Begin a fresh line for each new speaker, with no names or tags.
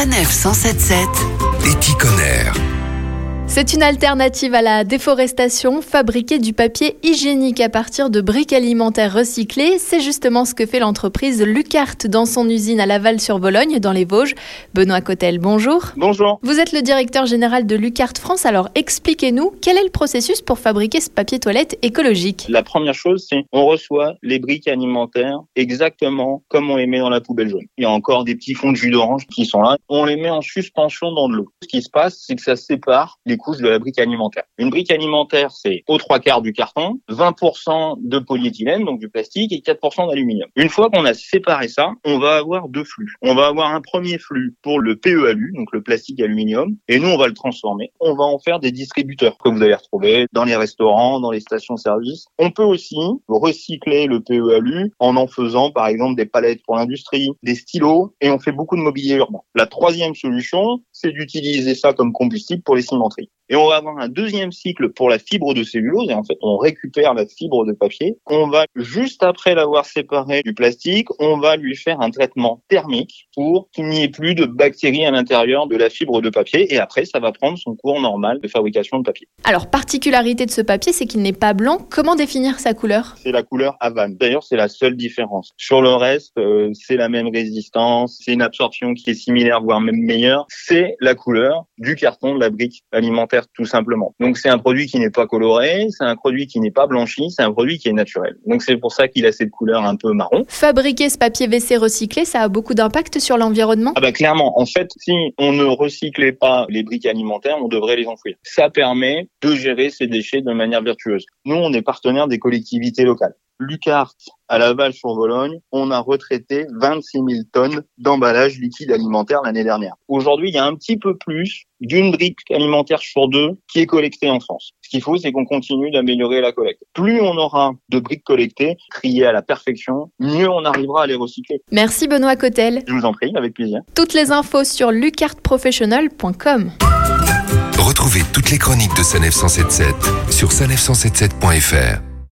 Sanef 177
Éticonner.
C'est une alternative à la déforestation, fabriquer du papier hygiénique à partir de briques alimentaires recyclées. C'est justement ce que fait l'entreprise Lucart dans son usine à Laval-sur-Vologne, dans les Vosges. Benoît Cotel, bonjour.
Bonjour.
Vous êtes le directeur général de Lucart France, alors expliquez-nous, quel est le processus pour fabriquer ce papier toilette écologique ?
La première chose, c'est on reçoit les briques alimentaires exactement comme on les met dans la poubelle jaune. Il y a encore des petits fonds de jus d'orange qui sont là. On les met en suspension dans de l'eau. Ce qui se passe, c'est que ça sépare les couches de la brique alimentaire. Une brique alimentaire, c'est aux 3/4 du carton, 20% de polyéthylène, donc du plastique, et 4% d'aluminium. Une fois qu'on a séparé ça, on va avoir deux flux. On va avoir un premier flux pour le PE-Alu, donc le plastique aluminium, et nous, on va le transformer. On va en faire des distributeurs que vous allez retrouver dans les restaurants, dans les stations-service. On peut aussi recycler le PE-Alu en faisant, par exemple, des palettes pour l'industrie, des stylos, et on fait beaucoup de mobilier urbain. La troisième solution, c'est d'utiliser ça comme combustible pour les cimenteries. Et on va avoir un deuxième cycle pour la fibre de cellulose, et en fait, on récupère la fibre de papier. On va, juste après l'avoir séparé du plastique, on va lui faire un traitement thermique pour qu'il n'y ait plus de bactéries à l'intérieur de la fibre de papier, et après, ça va prendre son cours normal de fabrication de papier.
Alors, particularité de ce papier, c'est qu'il n'est pas blanc. Comment définir sa couleur ?
C'est la couleur Havane. D'ailleurs, c'est la seule différence. Sur le reste, c'est la même résistance, c'est une absorption qui est similaire, voire même meilleure. C'est la couleur du carton de la brique alimentaire, tout simplement. Donc c'est un produit qui n'est pas coloré, c'est un produit qui n'est pas blanchi, c'est un produit qui est naturel. Donc c'est pour ça qu'il a cette couleur un peu marron.
Fabriquer ce papier WC recyclé, ça a beaucoup d'impact sur l'environnement ?
Clairement, en fait, si on ne recyclait pas les briques alimentaires, on devrait les enfouir. Ça permet de gérer ces déchets de manière vertueuse. Nous, on est partenaire des collectivités locales. Lucart, à Laval-sur-Vologne, on a retraité 26 000 tonnes d'emballage liquide alimentaire l'année dernière. Aujourd'hui, il y a un petit peu plus d'une brique alimentaire sur deux qui est collectée en France. Ce qu'il faut, c'est qu'on continue d'améliorer la collecte. Plus on aura de briques collectées, triées à la perfection, mieux on arrivera à les recycler.
Merci Benoît Cotel.
Je vous en prie, avec plaisir.
Toutes les infos sur lucartprofessional.com.
Retrouvez toutes les chroniques de Sanef 177 sur sanef177.fr.